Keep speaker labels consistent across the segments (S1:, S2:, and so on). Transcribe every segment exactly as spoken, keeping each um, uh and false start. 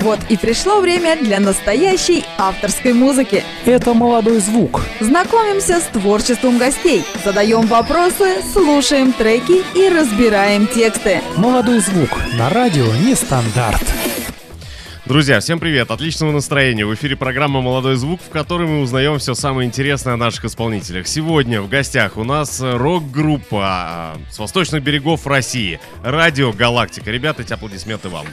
S1: Вот и пришло время для настоящей авторской музыки.
S2: Это «Молодой звук».
S1: Знакомимся с творчеством гостей, задаем вопросы, слушаем треки и разбираем тексты.
S2: «Молодой звук» на радио «Нестандарт».
S3: Друзья, всем привет, отличного настроения. В эфире программа «Молодой звук», в которой мы узнаем все самое интересное о наших исполнителях. Сегодня в гостях у нас рок-группа с восточных берегов России, Радио Галактика. Ребята, эти аплодисменты вам.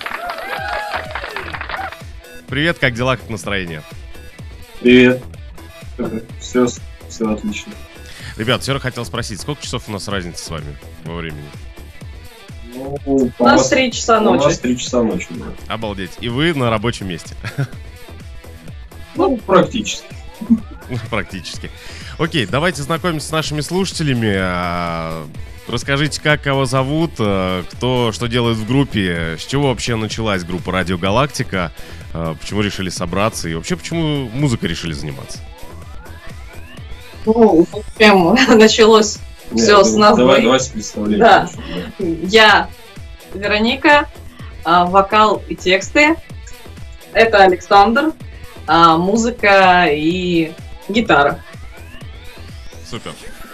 S3: Привет, как дела, как настроение?
S4: Привет. Все, все отлично.
S3: Ребят, все хотел спросить, сколько часов у нас разница с вами во времени?
S4: Ну,
S5: у нас три часа ночи.
S4: У нас три часа ночи, да.
S3: Обалдеть. И вы на рабочем месте?
S4: Ну, практически.
S3: Практически. Окей, давайте знакомиться с нашими слушателями. Расскажите, как кого зовут, кто что делает в группе, с чего вообще началась группа «Радио Галактика», почему решили собраться и вообще почему музыкой решили заниматься?
S5: Ну, прям началось все
S4: Нет,
S5: с назвы.
S4: Давай, давай с представлением.
S5: Да. Я Вероника, вокал и тексты. Это Александр, музыка и гитара.
S3: Супер.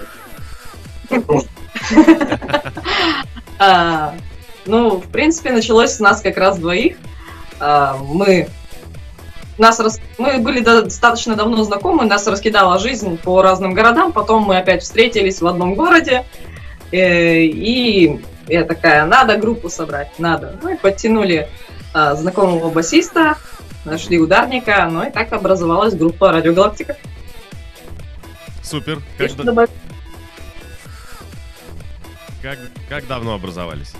S5: Ну, в принципе, началось с нас как раз двоих. Мы Нас рас... Мы были достаточно давно знакомы, нас раскидала жизнь по разным городам, потом мы опять встретились в одном городе, и я такая, надо группу собрать, надо. Ну и подтянули а, знакомого басиста, нашли ударника, ну и так образовалась группа «Радио Галактика».
S3: Супер. Как, да... как... как давно образовались?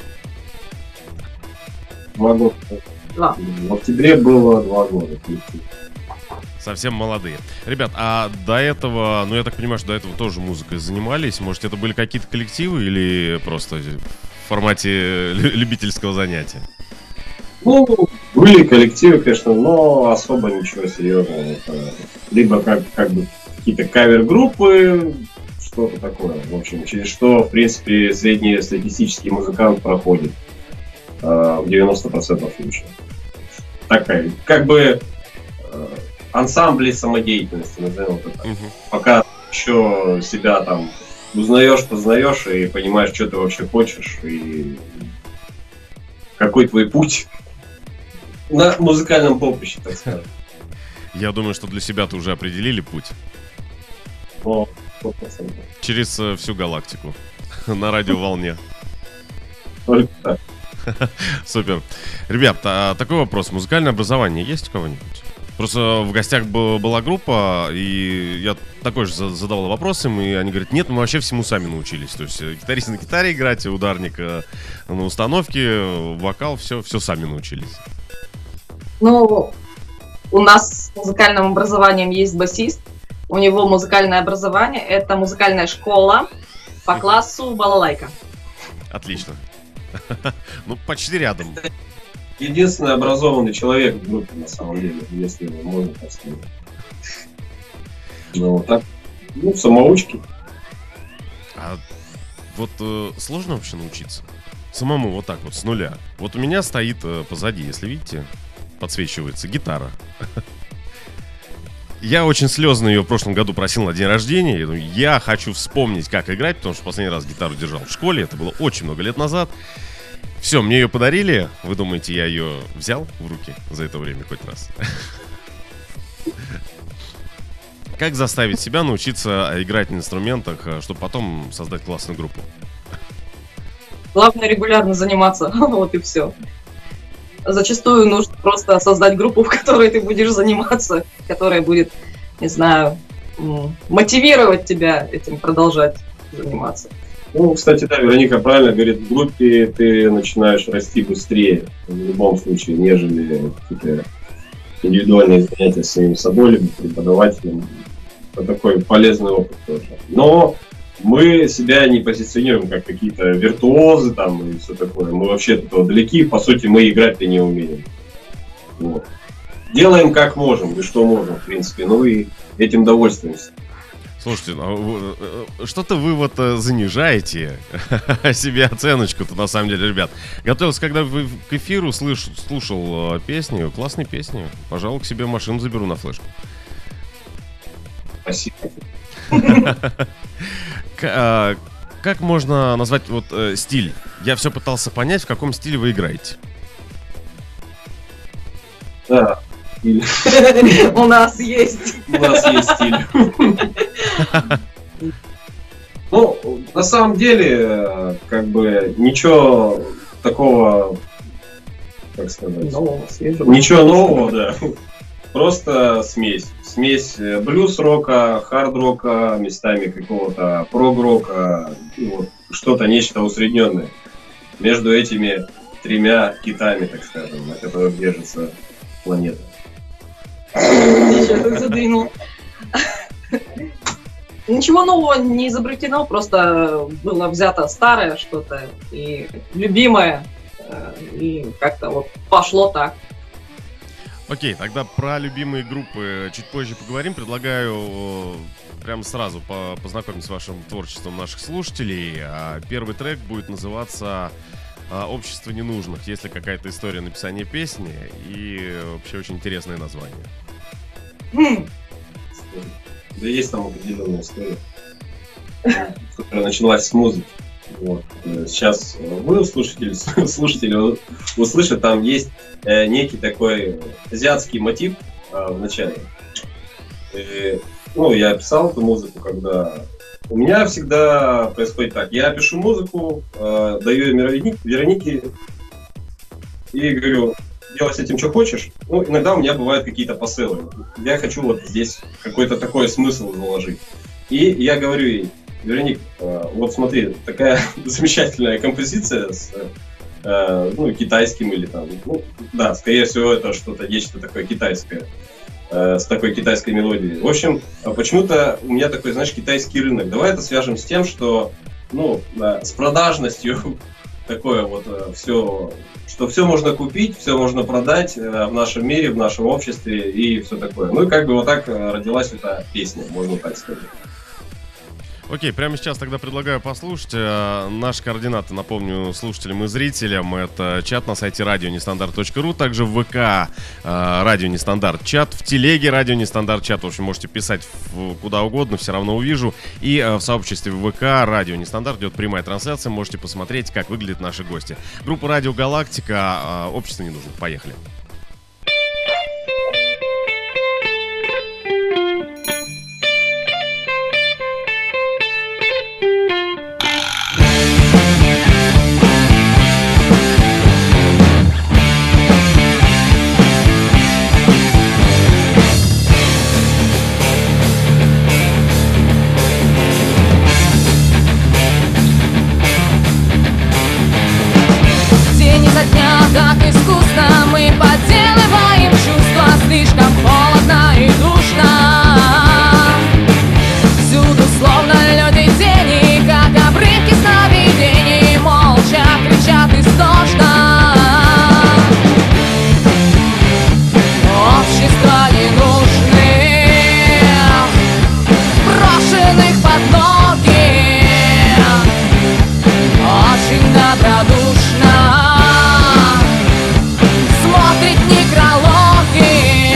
S4: Два года.
S5: Два.
S4: В октябре было два года.
S3: Совсем молодые. Ребят, а до этого, ну я так понимаю, что до этого тоже музыкой занимались. Может, это были какие-то коллективы или просто в формате любительского занятия?
S4: Ну, были коллективы, конечно, но особо ничего серьезного. Это либо как, как бы какие-то кавер-группы, что-то такое. В общем, через что, в принципе, среднестатистический музыкант проходит э, в девяносто процентов случаев. Такая, как бы э, ансамбли самодеятельности, назовем это так. Uh-huh. Пока еще себя там узнаешь, познаешь и понимаешь, что ты вообще хочешь и какой твой путь на музыкальном поприще, так скажем.
S3: Я думаю, что для себя ты уже определили путь.
S4: О, сто процентов.
S3: Через э, всю галактику. На радиоволне.
S4: Только так.
S3: Супер. Ребят, а такой вопрос. Музыкальное образование есть у кого-нибудь? Просто в гостях была группа, и я такой же задавал вопрос им, и они говорят, нет, мы вообще всему сами научились. То есть гитарист на гитаре играть, ударник на установке, вокал, все, все сами научились.
S5: Ну, у нас с музыкальным образованием есть басист. У него музыкальное образование, это музыкальная школа по классу балалайка. Отлично.
S3: Ну, почти рядом.
S4: Единственный образованный человек в группе, на самом деле, если можно так сказать. Ну, так, ну, самоучки.
S3: А вот э, сложно вообще научиться? Самому вот так вот, с нуля. Вот у меня стоит э, позади, если видите, подсвечивается гитара. Я очень слезно ее в прошлом году просил на день рождения. Я думаю, я хочу вспомнить, как играть, потому что в последний раз гитару держал в школе. Это было очень много лет назад. Все, мне ее подарили. Вы думаете, я ее взял в руки за это время хоть раз? Как заставить себя научиться играть на инструментах, чтобы потом создать классную группу?
S5: Главное регулярно заниматься, вот и все. Зачастую нужно просто создать группу, в которой ты будешь заниматься, которая будет, не знаю, мотивировать тебя этим продолжать заниматься.
S4: Ну, кстати, да, Вероника правильно говорит, в группе ты начинаешь расти быстрее, в любом случае, нежели какие-то индивидуальные занятия с самим собой, либо преподавателем. Это такой полезный опыт тоже. Но мы себя не позиционируем как какие-то виртуозы там и все такое. Мы вообще от этого далеки, по сути, мы играть-то не умеем. Вот. Делаем как можем и что можем, в принципе, ну и этим довольствуемся.
S3: Слушайте, ну, что-то вы вот занижаете себе оценочку-то, на самом деле, ребят. Готовился, когда вы к эфиру слыш, слушал песни, классные песни. Пожалуй, к себе машину заберу на флешку.
S4: Спасибо.
S3: Как можно назвать вот стиль? Я все пытался понять, в каком стиле вы играете.
S4: Да.
S5: У нас есть.
S4: У нас есть стиль. Ну, на самом деле, как бы ничего такого, как сказать, ничего нового, да. Просто смесь. Смесь блюз-рока, хард-рока, местами какого-то прог-рока, вот, что-то, нечто усредненное между этими тремя китами, так скажем, на которых держится планета.
S5: Еще так задвинул. Ничего нового не изобретено, просто было взято старое что-то и любимое, и как-то вот пошло так.
S3: Окей, тогда про любимые группы чуть позже поговорим. Предлагаю прямо сразу познакомить с вашим творчеством наших слушателей. Первый трек будет называться «Общество ненужных». Есть ли какая-то история написания песни и вообще очень интересное название?
S5: Хм.
S4: Да есть там определенная история, которая началась с музыки. Вот. Сейчас вы, слушатели, слушатели услышат, там есть э, некий такой азиатский мотив э, в начале. И, ну, я писал эту музыку, когда... У меня всегда происходит так. Я пишу музыку, э, даю ее Веронике, Веронике и говорю, делай с этим, что хочешь. Ну, иногда у меня бывают какие-то посылы. Я хочу вот здесь какой-то такой смысл заложить. И я говорю ей, Вероник, вот смотри, такая замечательная композиция с э, ну, китайским или там, ну, да, скорее всего, это что-то, нечто такое китайское, э, с такой китайской мелодией. В общем, почему-то у меня такой, знаешь, китайский рынок. Давай это свяжем с тем, что, ну, э, с продажностью такое вот э, все, что все можно купить, все можно продать э, в нашем мире, в нашем обществе и все такое. Ну и как бы вот так родилась эта песня, можно так сказать.
S3: Окей, прямо сейчас тогда предлагаю послушать. Наши координаты, напомню, слушателям и зрителям. Это чат на сайте радио нестандарт точка ру, также в ВК Радио Нестандарт чат, в телеге Радио Нестандарт чат. В общем, можете писать куда угодно, все равно увижу. И в сообществе ВК Радио Нестандарт идет прямая трансляция. Можете посмотреть, как выглядят наши гости. Группа Радио Галактика, «Общество ненужных». Поехали.
S6: Так искусно мы подделываем чувства, слишком холодно и душно. Всюду словно люди тени, как обрывки сновидений, молча кричат истошно. Общество ненужных, брошенных под ноги, очень добродушно смотрит некрологи.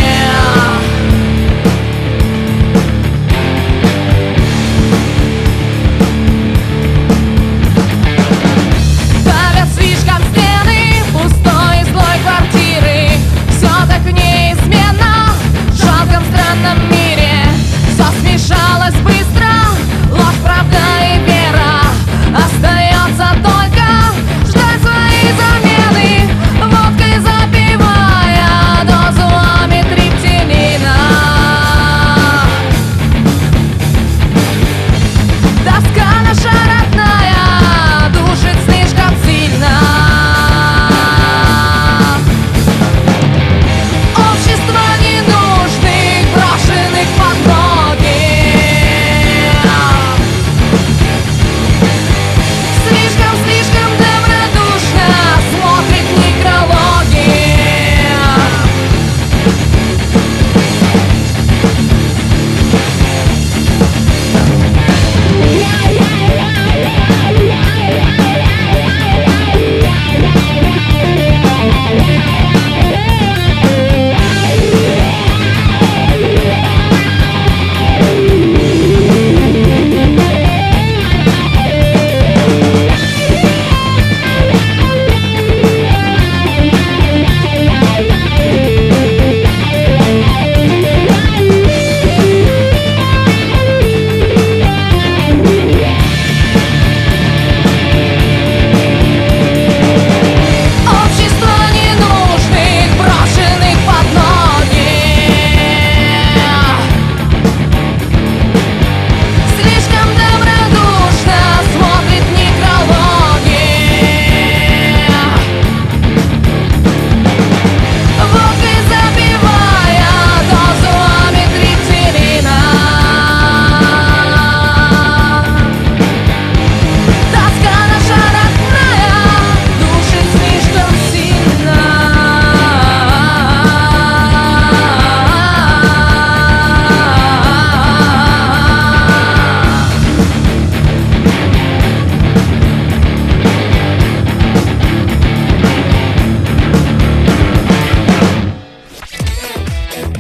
S6: Давят слишком стены пустой злой квартиры. Все так неизменно в жалком странном мире. Все смешалось быстро, ложь, правда и вера. Остается только ждать свои замены, водкой запивая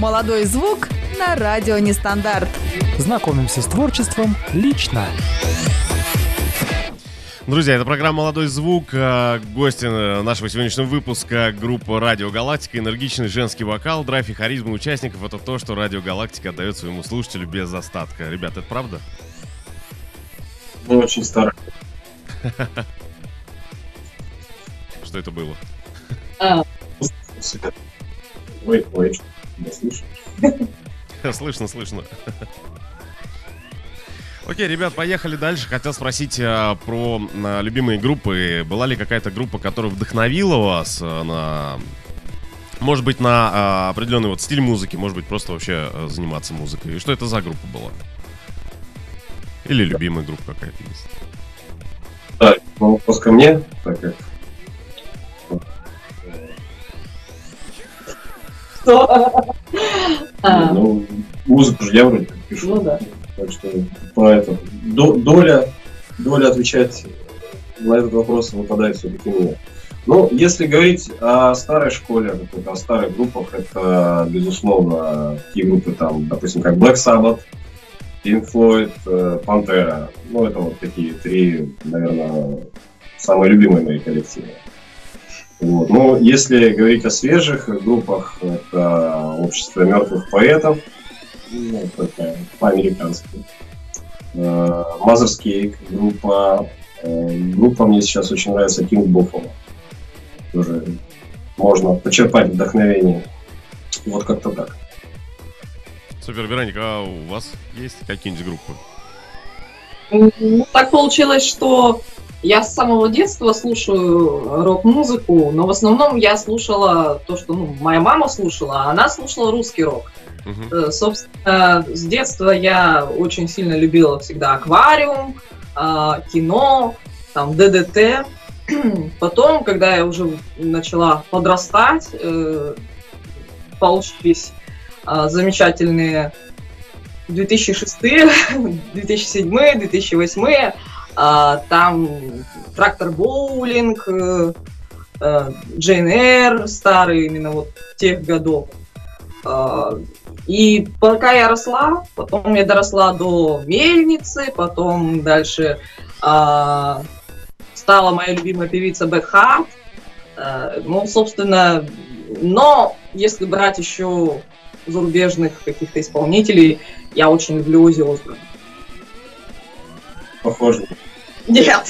S1: Молодой звук на радио Нестандарт.
S2: Знакомимся с творчеством лично.
S3: Друзья, это программа «Молодой звук». Гости нашего сегодняшнего выпуска — группа «Радио Галактика». Энергичный женский вокал, драйв и харизма участников — это то, что «Радио Галактика» отдает своему слушателю без остатка. Ребят, это правда?
S4: Мы очень старались.
S3: Что это было?
S5: А,
S4: Ой, ой, не слышу.
S3: Слышно, слышно. Окей, ребят, поехали дальше. Хотел спросить а, про а, любимые группы. Была ли какая-то группа, которая вдохновила вас а, на, может быть, на а, определенный вот стиль музыки, может быть, просто вообще а, заниматься музыкой? И что это за группа была? Или любимая группа какая-то есть?
S4: Да, вопрос ко мне, так как...
S5: что? А,
S4: Ну, музыку же я вроде как пишу.
S5: Ну да.
S4: Так что по этому до- доля, доля отвечать на этот вопрос выпадает все-таки мне. Ну, если говорить о старой школе, какой-то, о старых группах, это, безусловно, такие группы, там, допустим, как Black Sabbath, Pink Floyd, э, Pantera. Ну, это вот такие три, наверное, самые любимые мои коллективы. Вот. Ну, если говорить о свежих группах, это Общество мертвых поэтов, ну, такая по-американски. Э, Mother's Cake, группа, э, группа мне сейчас очень нравится King Buffalo. Тоже можно почерпать вдохновение. Вот как-то так.
S3: Супер, Вероника, а у вас есть какие-нибудь группы?
S5: Ну, так получилось, что я с самого детства слушаю рок-музыку, но в основном я слушала то, что ну, моя мама слушала, а она слушала русский рок.
S3: Угу.
S5: Э, Собственно, с детства я очень сильно любила всегда «Аквариум», э, кино, там, ДДТ. Потом, когда я уже начала подрастать, э, получились э, замечательные две тысячи шестые, две тысячи седьмые, две тысячи восьмые. Uh, там Трактор Боулинг, uh, uh, Джейн Эйр, старые именно вот тех годов. Uh, и пока я росла, потом я доросла до Мельницы, потом дальше uh, стала моя любимая певица Бет Харт. Uh, ну, собственно, но если брать еще зарубежных каких-то исполнителей, я очень люблю Оззи Осборна.
S4: Похоже.
S5: Нет.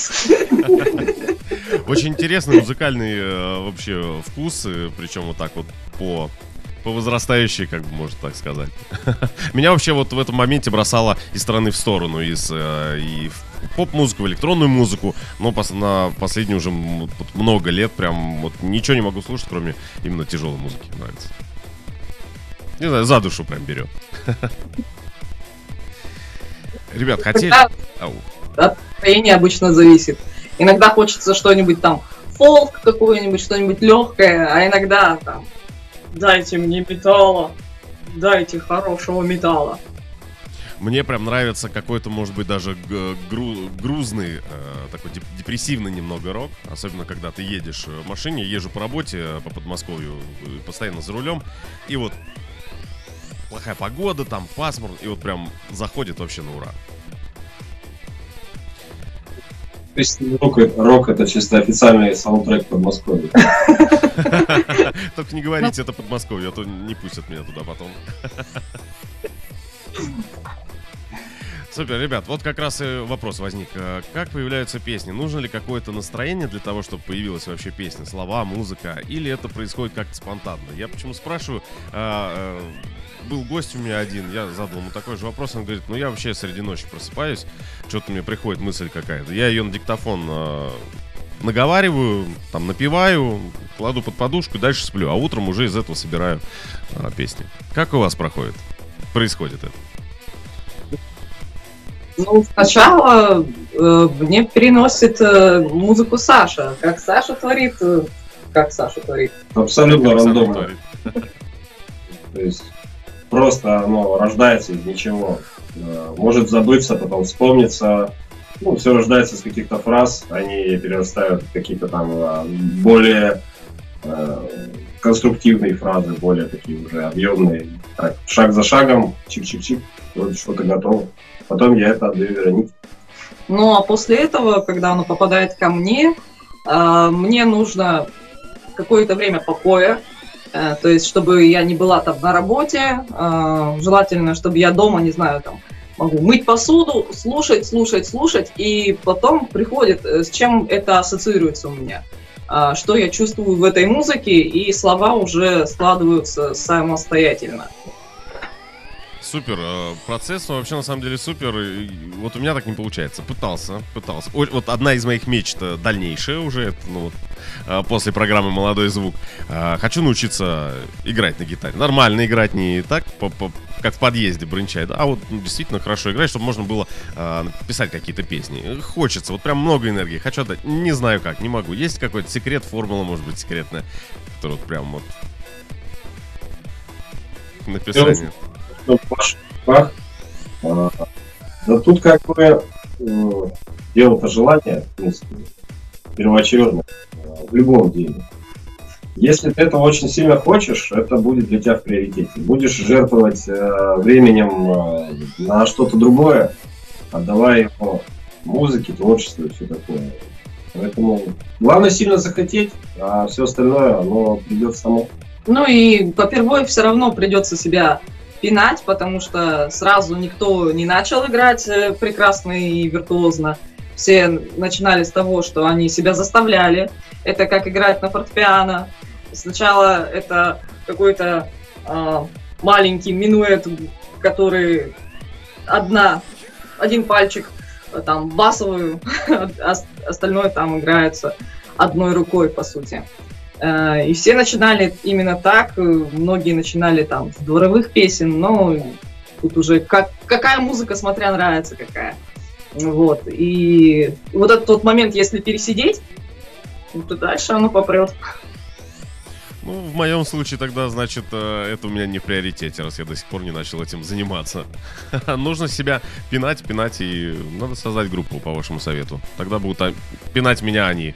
S3: Очень интересный музыкальный э, вообще вкус, э, причем вот так вот по, по возрастающей, как бы можно так сказать. Меня вообще вот в этом моменте бросало из стороны в сторону, из э, и в поп-музыку, в электронную музыку, но пос, на последние уже м- вот много лет прям вот ничего не могу слушать, кроме именно тяжелой музыки. Нравится. Не знаю, за душу прям берет. Ребят, хотели... Ау.
S5: От настроения обычно зависит. Иногда хочется что-нибудь там, фолк какой-нибудь, что-нибудь легкое, а иногда там, дайте мне металла, дайте хорошего металла.
S3: Мне прям нравится какой-то, может быть, даже г- гру- грузный, э, такой деп- депрессивный немного рок. Особенно, когда ты едешь в машине, езжу по работе, э, по Подмосковью, э, постоянно за рулем. И вот плохая погода, там пасмурно, и вот прям заходит вообще на ура.
S4: То есть рок, рок это чисто официальный саундтрек Подмосковья.
S3: Только не говорите это Подмосковье, а то не пустят меня туда потом. Супер, ребят, вот как раз и вопрос возник. Как появляются песни? Нужно ли какое-то настроение для того, чтобы появилась вообще песня? Слова, музыка? Или это происходит как-то спонтанно? Я почему спрашиваю? А, а, был гость у меня один, я задал ему такой же вопрос. Он говорит, ну я вообще среди ночи просыпаюсь, что-то мне приходит мысль какая-то. Я ее на диктофон а, наговариваю, там напеваю, кладу под подушку и дальше сплю. А утром уже из этого собираю а, песни. Как у вас проходит? Происходит это?
S5: Ну, сначала э, мне переносит э, музыку Саша. Как Саша творит, э, как Саша творит.
S4: Абсолютно
S3: Как
S4: рандомно.
S3: творит.
S4: То есть просто оно рождается из ничего. Э, Может забыться, потом вспомнится. Ну, все рождается из каких-то фраз, они перерастают в какие-то там э, более э, конструктивные фразы, более такие уже объемные. Так, шаг за шагом, чик-чик-чик, вот что-то готово. Потом я это отдаю Веронике.
S5: Ну а после этого, когда оно попадает ко мне, э, мне нужно какое-то время покоя, э, то есть чтобы я не была там на работе, э, желательно, чтобы я дома, не знаю, там могу мыть посуду, слушать, слушать, слушать, и потом приходит, с чем это ассоциируется у меня, э, что я чувствую в этой музыке, и слова уже складываются самостоятельно.
S3: Супер. э, Процесс, он вообще на самом деле супер. И вот у меня так не получается. Пытался, пытался. О, вот одна из моих мечт э, дальнейшая уже, это, ну, вот, э, после программы «Молодой звук». Э, Хочу научиться играть на гитаре. Нормально играть, не так, по- по- как в подъезде бренчать, да, а вот ну, действительно хорошо играть, чтобы можно было э, писать какие-то песни. Хочется, вот прям много энергии. Хочу отдать. Не знаю как, не могу. Есть какой-то секрет, формула, может быть, секретная, которая вот прям вот написание.
S4: В ваших руках. А, Да тут как бы э, дело-то желание, в принципе, первоочередно, э, в любом деле. Если ты этого очень сильно хочешь, это будет для тебя в приоритете. Будешь жертвовать э, временем э, на что-то другое, отдавая его музыке, творчеству и все такое. Поэтому главное сильно захотеть, а все остальное, оно придет само.
S5: Ну и попервой все равно придется себя пинать, потому что сразу никто не начал играть э, прекрасно и виртуозно. Все начинали с того, что они себя заставляли. Это как играть на фортепиано. Сначала это какой-то э, маленький минуэт, который одна, один пальчик э, там басовую, а остальное там играется одной рукой, по сути. И все начинали именно так, многие начинали там с дворовых песен, но тут уже как, какая музыка, смотря нравится какая. Вот. И вот этот тот момент, если пересидеть, то дальше оно попрет.
S3: Ну, в моем случае тогда, значит, э, это у меня не в приоритете, раз я до сих пор не начал этим заниматься. Нужно себя пинать, пинать, и надо создать группу, по вашему совету. Тогда будут а, пинать меня они.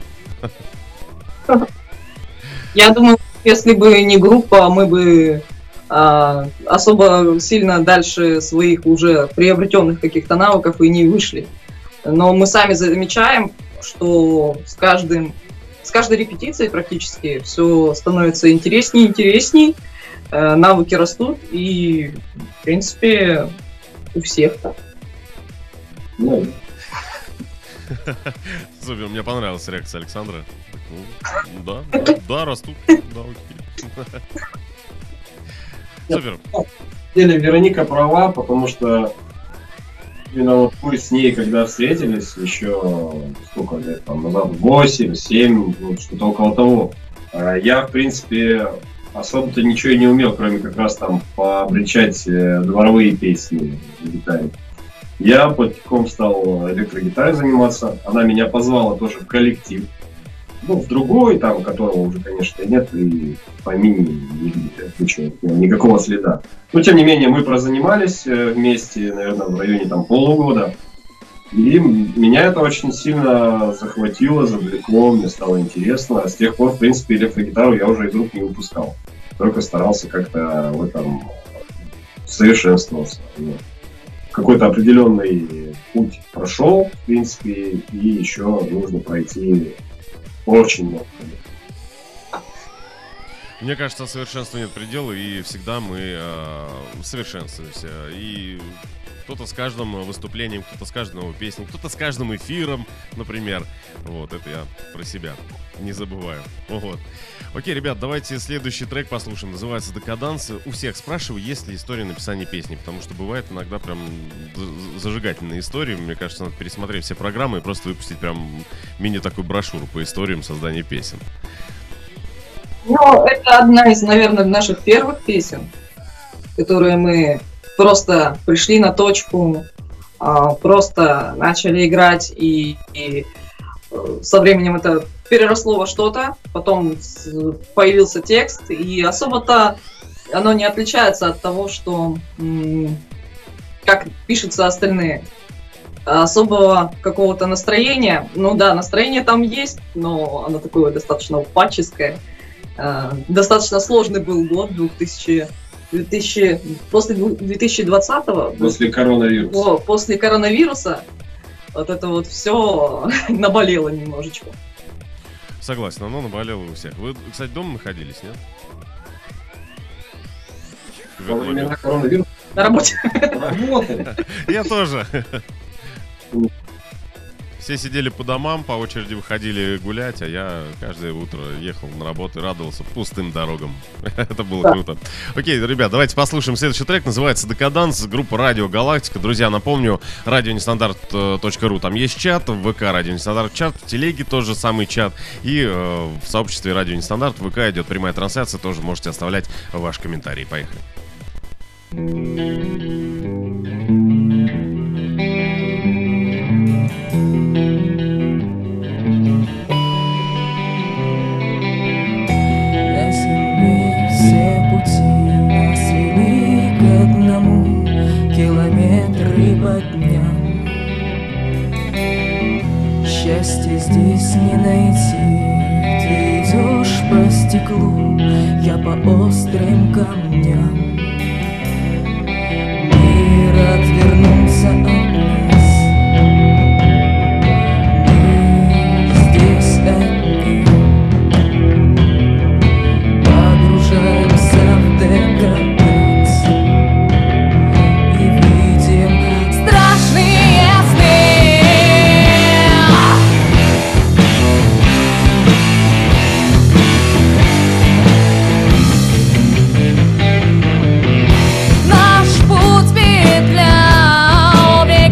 S5: Я думаю, если бы не группа, мы бы а, особо сильно дальше своих уже приобретенных каких-то навыков и не вышли. Но мы сами замечаем, что с каждым, с каждой репетицией практически все становится интереснее и интереснее, э, навыки растут, и, в принципе, у всех так.
S4: Ну,
S3: Супер, мне понравилась реакция Александра. Ну, да, да, да, растут. Да, окей. Супер.
S4: на самом деле Вероника права, потому что именно вот мы с ней, когда встретились, еще сколько лет там назад, восемь, семь, вот что-то около того, а я, в принципе, особо-то ничего и не умел, кроме как раз там пообречать э, дворовые песни на гитаре. Я потихоньку стал электрогитарой заниматься, она меня позвала тоже в коллектив, ну, в другой, там, которого уже, конечно, нет, и по мини ничего, никакого следа. Но, тем не менее, мы прозанимались э, вместе, наверное, в районе там полугода. И меня это очень сильно захватило, завлекло, мне стало интересно. А с тех пор, в принципе, электрогитару я уже из рук не выпускал. Только старался как-то в этом совершенствоваться. Какой-то определенный путь прошел, в принципе, и еще нужно пройти очень много.
S3: Мне кажется, совершенству нет предела, и всегда мы э, совершенствуемся. И кто-то с каждым выступлением, кто-то с каждой новой песней, кто-то с каждым эфиром, например. Вот, это я про себя не забываю. Вот. Окей, ребят, давайте следующий трек послушаем. Называется «Декаданс». У всех спрашиваю, есть ли история написания песни, потому что бывает иногда прям зажигательные истории. Мне кажется, надо пересмотреть все программы и просто выпустить прям мини такую брошюру по историям создания песен.
S5: Ну, это одна из, наверное, наших первых песен, которые мы просто пришли на точку, просто начали играть, и, и со временем это переросло во что-то, потом появился текст, и особо-то оно не отличается от того, что как пишутся остальные. Особого какого-то настроения, ну да, настроение там есть, но оно такое достаточно упадческое. э, достаточно сложный был год, двухтысячный, двухтысячный, после две тысячи двадцатого.
S4: После коронавируса.
S5: О, после коронавируса вот это вот все наболело немножечко.
S3: Согласен, оно наболело у всех. Вы, кстати, дома находились, нет? В этот момент.
S4: Именно коронавирус.
S5: На работе.
S4: Работали.
S3: Я тоже. Все сидели по домам, по очереди выходили гулять, а я каждое утро ехал на работу и радовался пустым дорогам. Это было
S5: Да.
S3: круто. Окей, ребят, давайте послушаем следующий трек. Называется «Декаданс», группа «Радио Галактика». Друзья, напомню, радионестандарт точка ру. Там есть чат, в ВК «Радио Нестандарт» чат, в Телеге тоже самый чат. И э, в сообществе «Радио Нестандарт» в ВК идет прямая трансляция. Тоже можете оставлять ваши комментарии. Поехали.
S6: Для судьбы все пути нас вели к одному, километры по дням. Счастье здесь не найти, ты идешь по стеклу, я по острым камням. Мир отвернулся от нас, мы здесь одни. Погружаемся в декаданс и видим страшные сны. Наш путь петля,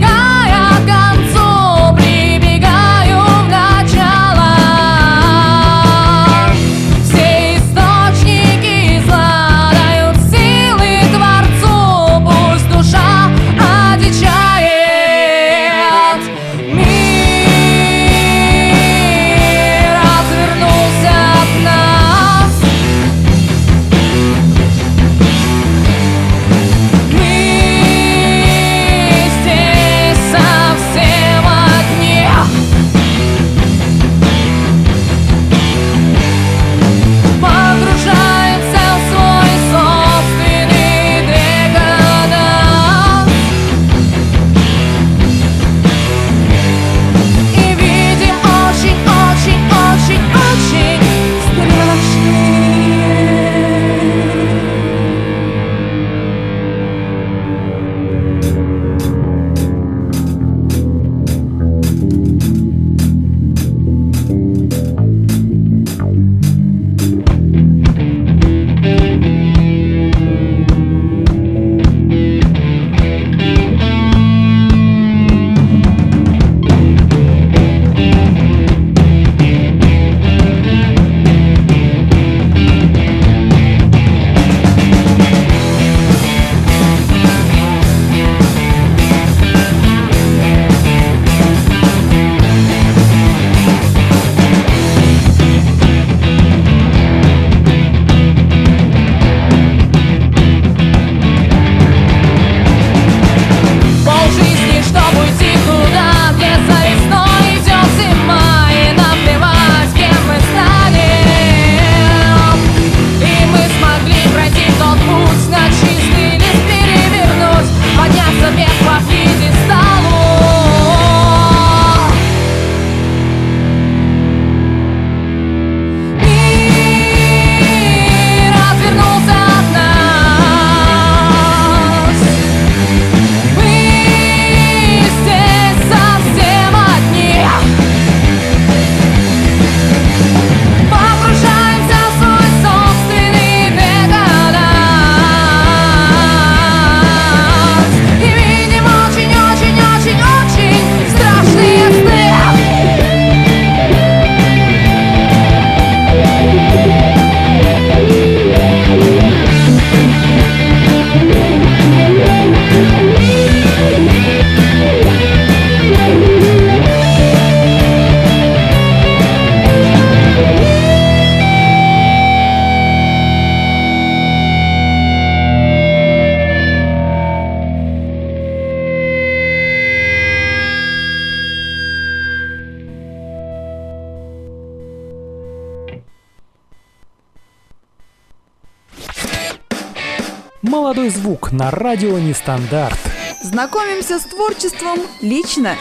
S2: Молодой звук на радио Нестандарт.
S1: Знакомимся с творчеством лично.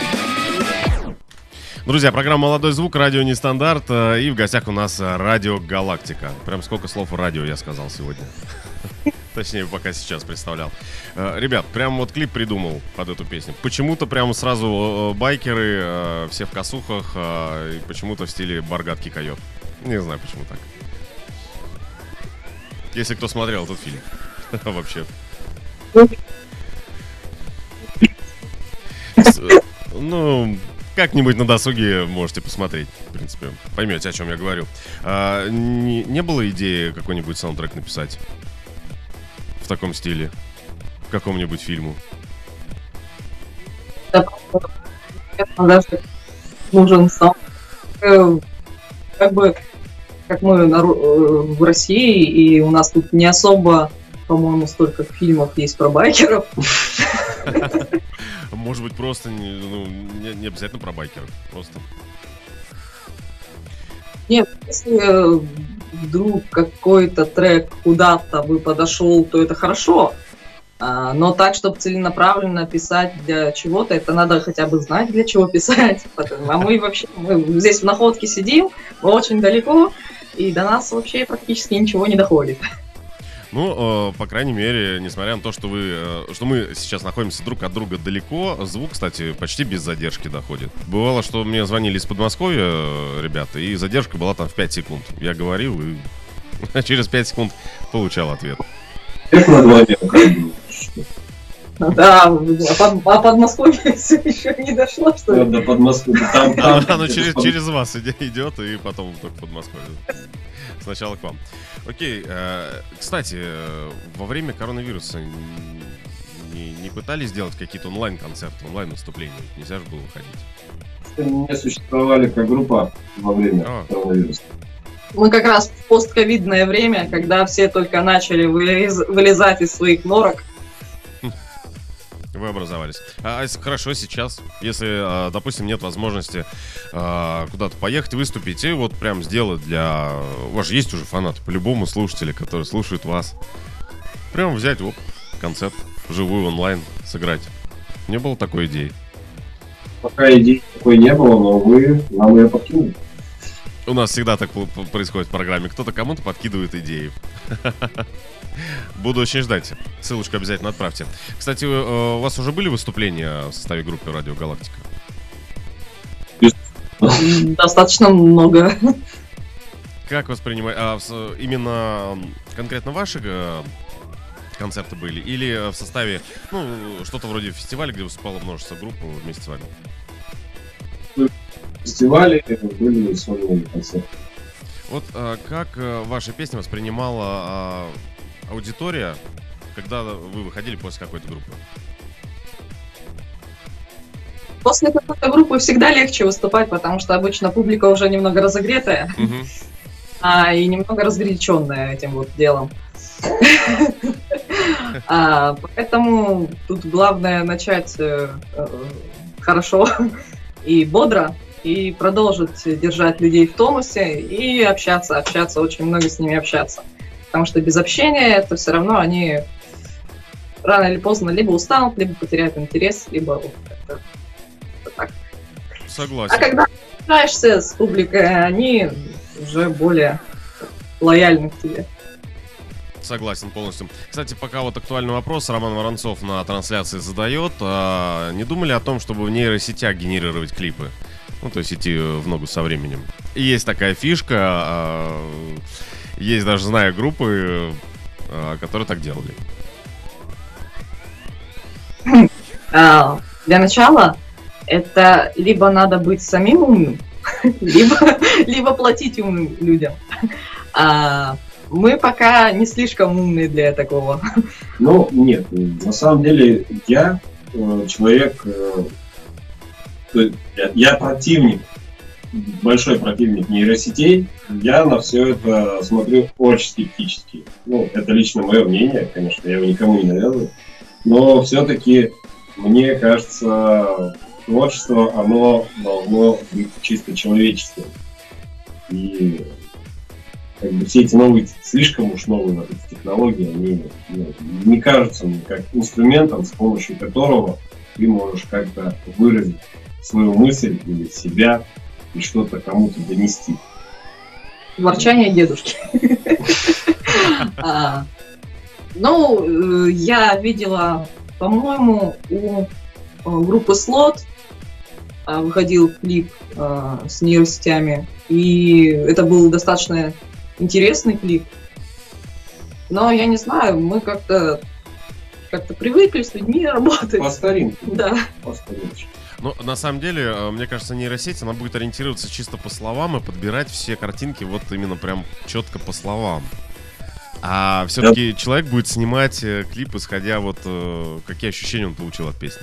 S3: Друзья, программа «Молодой звук», радио Нестандарт, и в гостях у нас радио Галактика. Прям сколько слов радио я сказал сегодня. Точнее, пока сейчас представлял. Ребят, прям вот клип придумал под эту песню. Почему-то прям сразу байкеры, все в косухах, и почему-то в стиле Баргатки койот. Не знаю, почему так. Если кто смотрел этот фильм. Вообще. Ну... Как-нибудь на досуге можете посмотреть, в принципе, поймете, о чем я говорю. А, не, не было идеи какой-нибудь саундтрек написать в таком стиле, к какому-нибудь фильму?
S5: Даже нужен сам, как бы, как мы в России, и у нас тут не особо, по-моему, столько фильмов есть про байкеров.
S3: Может быть, просто не, ну, не, не обязательно про байкеров, просто.
S5: Нет, если вдруг какой-то трек куда-то бы подошел, то это хорошо. А, но так, чтобы целенаправленно писать для чего-то, это надо хотя бы знать, для чего писать. А мы вообще мы здесь в находке сидим, мы очень далеко, и до нас вообще практически ничего не доходит.
S3: Ну, э, по крайней мере, несмотря на то, что вы, э, что мы сейчас находимся друг от друга далеко, звук, кстати, почти без задержки доходит. Бывало, что мне звонили из Подмосковья э, ребята, и задержка была там в пять секунд. Я говорил, и через пять секунд получал ответ.
S5: Да, а Подмосковье все еще не дошло, что ли?
S4: До Подмосковья.
S3: Оно через вас идет, и потом только в Подмосковье. Сначала к вам. Окей, э, кстати, э, во время коронавируса не, не пытались сделать какие-то онлайн-концерты, онлайн-выступления? Нельзя же было выходить.
S4: Не существовали как группа во время
S3: а.
S4: коронавируса.
S5: Мы как раз в постковидное время, когда все только начали вылез, вылезать из своих норок.
S3: Вы образовались. А, хорошо, сейчас, если, допустим, нет возможности а, куда-то поехать, выступить, и вот прям сделать для... У вас же есть уже фанаты, по-любому слушатели, которые слушают вас. Прям взять, оп, концерт вживую, онлайн сыграть. Не было такой идеи?
S4: Пока идеи такой не было, но вы нам ее подкинули.
S3: У нас всегда так происходит в программе. Кто-то кому-то подкидывает идеи. Буду очень ждать. Ссылочку обязательно отправьте. Кстати, у вас уже были выступления в составе группы «Радио Галактика»?
S5: Достаточно много.
S3: Как воспринимаете? А, именно конкретно ваши концерты были? Или в составе, ну, что-то вроде фестиваля, где выступало множество групп вместе с вами?
S4: Фестивали были сольные концерты.
S3: Вот а, как а, ваша песня воспринимала а, аудитория, когда вы выходили после какой-то группы?
S5: После какой-то группы всегда легче выступать, потому что обычно публика уже немного разогретая,
S3: угу.
S5: а, и немного разгоряченная этим вот делом. а, поэтому тут главное начать э, э, хорошо и бодро, и продолжить держать людей в тонусе и общаться, общаться, очень много с ними общаться. Потому что без общения это все равно они рано или поздно либо устанут, либо потеряют интерес, либо вот это, это так.
S3: Согласен.
S5: А когда общаешься с публикой, они уже более лояльны к тебе.
S3: Согласен полностью. Кстати, пока вот актуальный вопрос Роман Воронцов на трансляции задает. А не думали о том, чтобы в нейросетях генерировать клипы? Ну, то есть идти в ногу со временем. И есть такая фишка. А, есть даже, знаю, группы, а, которые так делали.
S5: А, для начала это либо надо быть самим умным, либо, либо платить умным людям. А, мы пока не слишком умные для такого.
S4: Ну, нет, на самом деле я человек, я, я противник, большой противник нейросетей. Я на все это смотрю очень скептически. Ну, это лично мое мнение, конечно, я его никому не навязываю. Но все-таки, мне кажется, творчество, оно должно быть чисто человеческим. И как бы все эти новые, слишком уж новые вот эти технологии, они ну, не кажутся мне как инструментом, с помощью которого ты можешь как-то выразить свою мысль или себя и что-то кому-то донести.
S5: Ворчание дедушки. Ну, я видела, по-моему, у группы Слот выходил клип с нейросетями, и это был достаточно интересный клип. Но я не знаю, мы как-то как-то привыкли с людьми работать.
S4: По старинке.
S5: Да.
S4: По старинке.
S3: Ну, на самом деле, мне кажется, нейросеть, она будет ориентироваться чисто по словам и подбирать все картинки вот именно прям четко по словам. А все-таки да. человек будет снимать клип, исходя вот какие ощущения он получил от песни.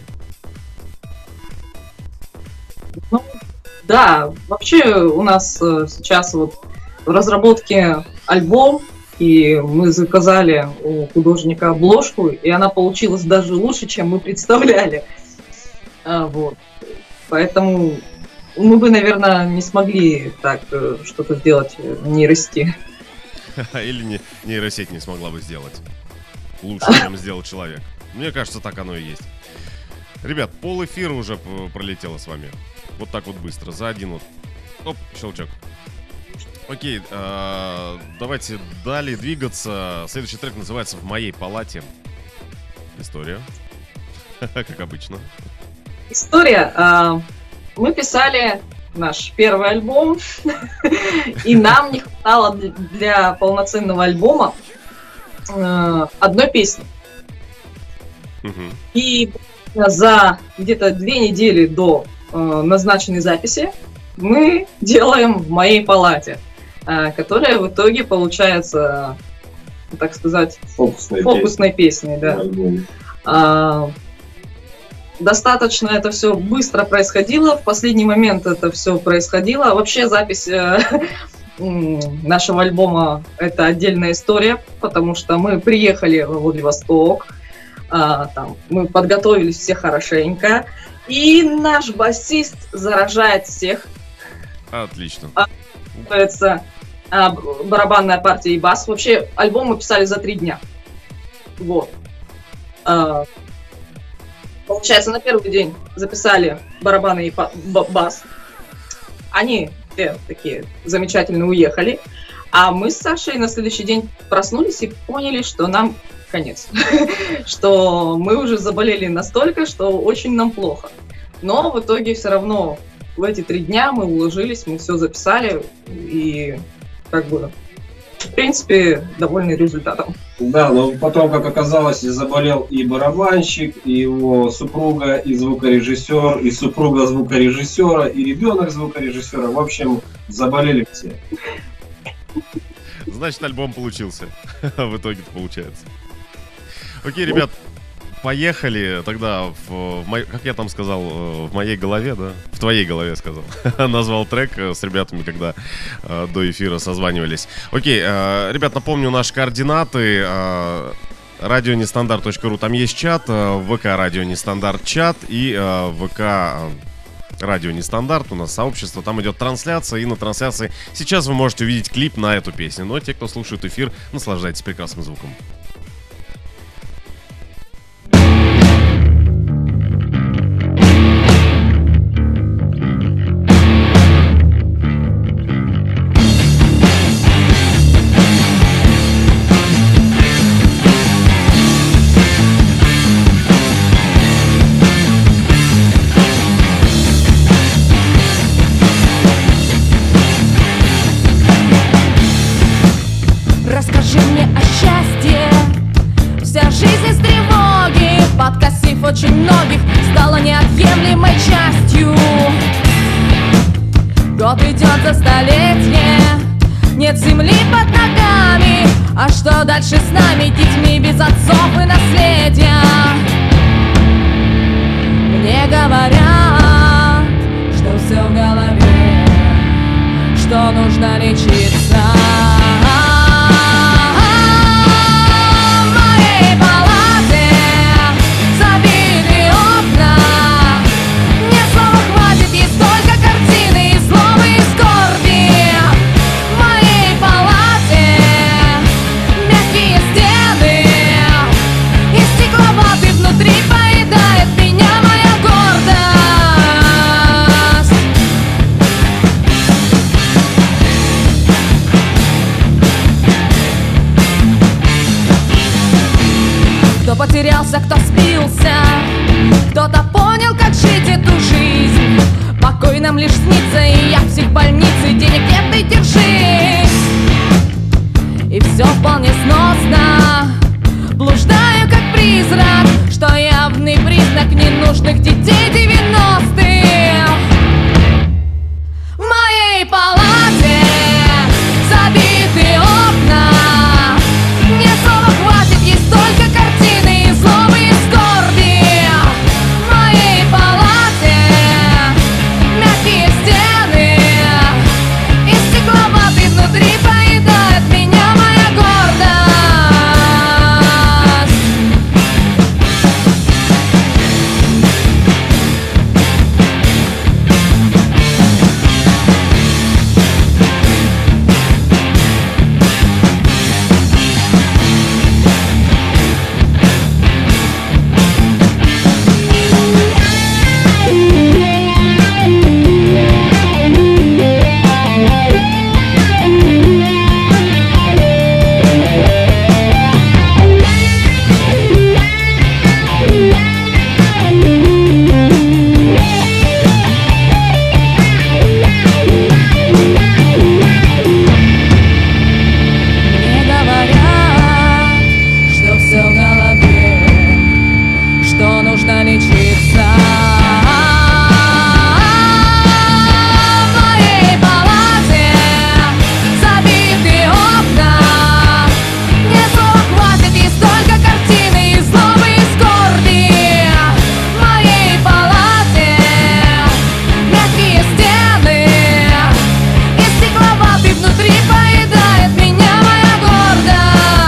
S5: Ну, да, вообще у нас сейчас вот в разработке альбом, и мы заказали у художника обложку, и она получилась даже лучше, чем мы представляли. А, вот. Поэтому мы бы, наверное, не смогли так что-то сделать в нейросети.
S3: Или не, нейросеть не смогла бы сделать лучше, чем сделал человек. Мне кажется, так оно и есть. Ребят, пол эфира уже пролетело с вами. Вот так вот быстро, за один вот. Оп, щелчок. Окей, э, давайте далее двигаться. Следующий трек называется «В моей палате». История. Как обычно.
S5: История. Э, мы писали наш первый альбом, и нам не хватало для полноценного альбома э, одной песни. И за где-то две недели до э, назначенной записи мы делаем «В моей палате», э, которая в итоге получается, так сказать,
S4: фокусной,
S5: фокусной песней. Да. А, достаточно это все быстро происходило, в последний момент это все происходило. Вообще запись э, нашего альбома — это отдельная история, потому что мы приехали в Владивосток, а, там, мы подготовились все хорошенько, и наш басист заражает всех.
S3: Отлично.
S5: А, а, барабанная партия и бас. Вообще альбом мы писали за три дня. Вот. А, получается, на первый день записали барабаны и па- б- бас. Они все такие замечательно уехали. А мы с Сашей на следующий день проснулись и поняли, что нам конец. Что мы уже заболели настолько, что очень нам плохо. Но в итоге все равно в эти три дня мы уложились, мы все записали и как бы в принципе довольны результатом.
S4: Да, но потом, как оказалось, заболел и барабанщик, и его супруга, и звукорежиссер, и супруга звукорежиссера, и ребенок звукорежиссера. В общем, заболели все.
S3: Значит, альбом получился. В итоге-то получается. Окей, ребят, поехали тогда в, в мо... как я там сказал, в моей голове, да? В твоей голове сказал. Назвал трек с ребятами, когда э, до эфира созванивались. Окей, э, ребят, напомню наши координаты. Э, радио нестандарт точка ру, там есть чат, э, ВК Радио Нестандарт чат и э, ВК э, Радио Нестандарт, у нас сообщество, там идет трансляция, и на трансляции сейчас вы можете увидеть клип на эту песню. Но те, кто слушает эфир, наслаждайтесь прекрасным звуком.
S6: Очень многих стала неотъемлемой частью. Год идет за столетие, нет земли под ногами. А что дальше с нами, детьми без отцов и наследия? Мне говорят, что все в голове, что нужно лечиться. В моей палате Кто потерялся, кто спился, кто-то понял, как жить эту жизнь. Покой нам лишь снится, и я в психбольнице. Денег нет, и держись. И все вполне сносно. Блуждаю, как призрак, что явный признак ненужных детей девяностых. В моей палате забиты окна. Мне слова хватит, есть только картины и злобы, и скорби. В моей палате мягкие стены, и стекловатый внутри поедает меня моя гордость. Мне говорят, что все в голове, что нужно лечиться. В моей палате забиты окна. Мне слова хватит, есть только картины и злобы, и скорби. В моей палате мягкие стены, и стекловатый внутри поедает меня моя гордость.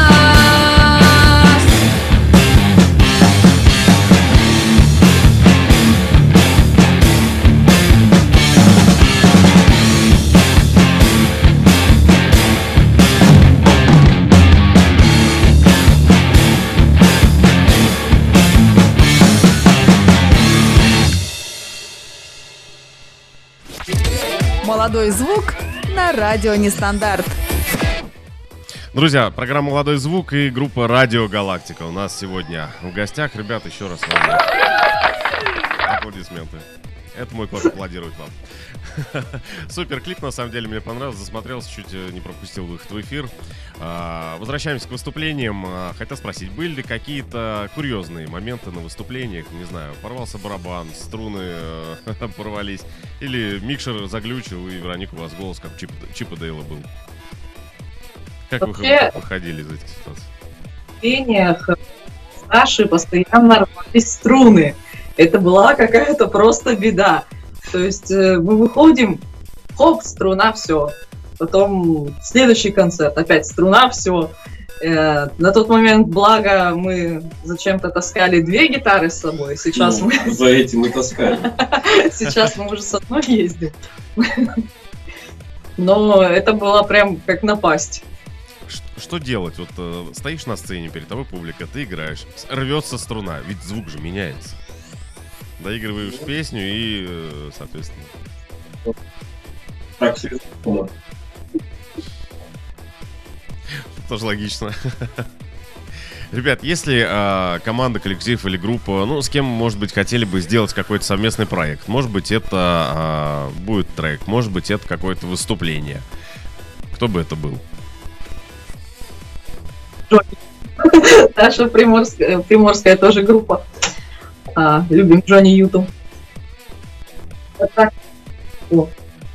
S1: Молодой звук на радио Нестандарт.
S3: Друзья, программа «Молодой звук» и группа «Радио Галактика» у нас сегодня в гостях. Ребят, еще раз вам аплодисменты. Это мой кот аплодирует вам. Супер клип, на самом деле, мне понравился. Засмотрелся, чуть не пропустил выход в эфир. А, возвращаемся к выступлениям. А, хотел спросить, были ли какие-то курьезные моменты на выступлениях? Не знаю, порвался барабан, струны э, порвались, или микшер заглючил, и, Вероника, у вас голос как Чип, Чипа Дейла был. Как
S5: Вообще,
S3: вы выходили из этих ситуаций?
S5: В выступлениях Саши постоянно рвались струны. Это была какая-то просто беда. То есть э, мы выходим, хоп, струна, все. Потом следующий концерт, опять струна, все. Э, на тот момент, благо, мы зачем-то таскали две гитары с собой. Сейчас
S4: Ну,
S5: мы
S4: за этим и таскали.
S5: сейчас мы уже с одной ездим. Но это было прям как напасть.
S3: Ш- Что делать? Вот э, стоишь на сцене, перед тобой публика, ты играешь, с- рвется струна, ведь звук же меняется. Доигрываешь песню и, э, соответственно...
S4: Так все было.
S3: Тоже логично. Ребят, если э, команда, коллектив или группа, ну, с кем, может быть, хотели бы сделать какой-то совместный проект, может быть, это э, будет трек, может быть, это какое-то выступление. Кто бы это был?
S5: Наша приморская, приморская тоже группа. А, любим Джонни Юту. Вот так. О,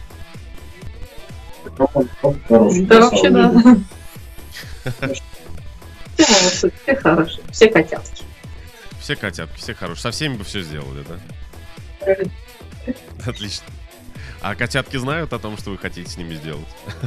S4: Хороший,
S5: да
S4: на
S5: вообще
S4: самом
S5: да.
S4: деле.
S5: Все молодцы, все хорошие, все котятки.
S3: Все котятки, все хорошие. Со всеми бы все сделали, да? Отлично. А котятки знают о том, что вы хотите с ними сделать?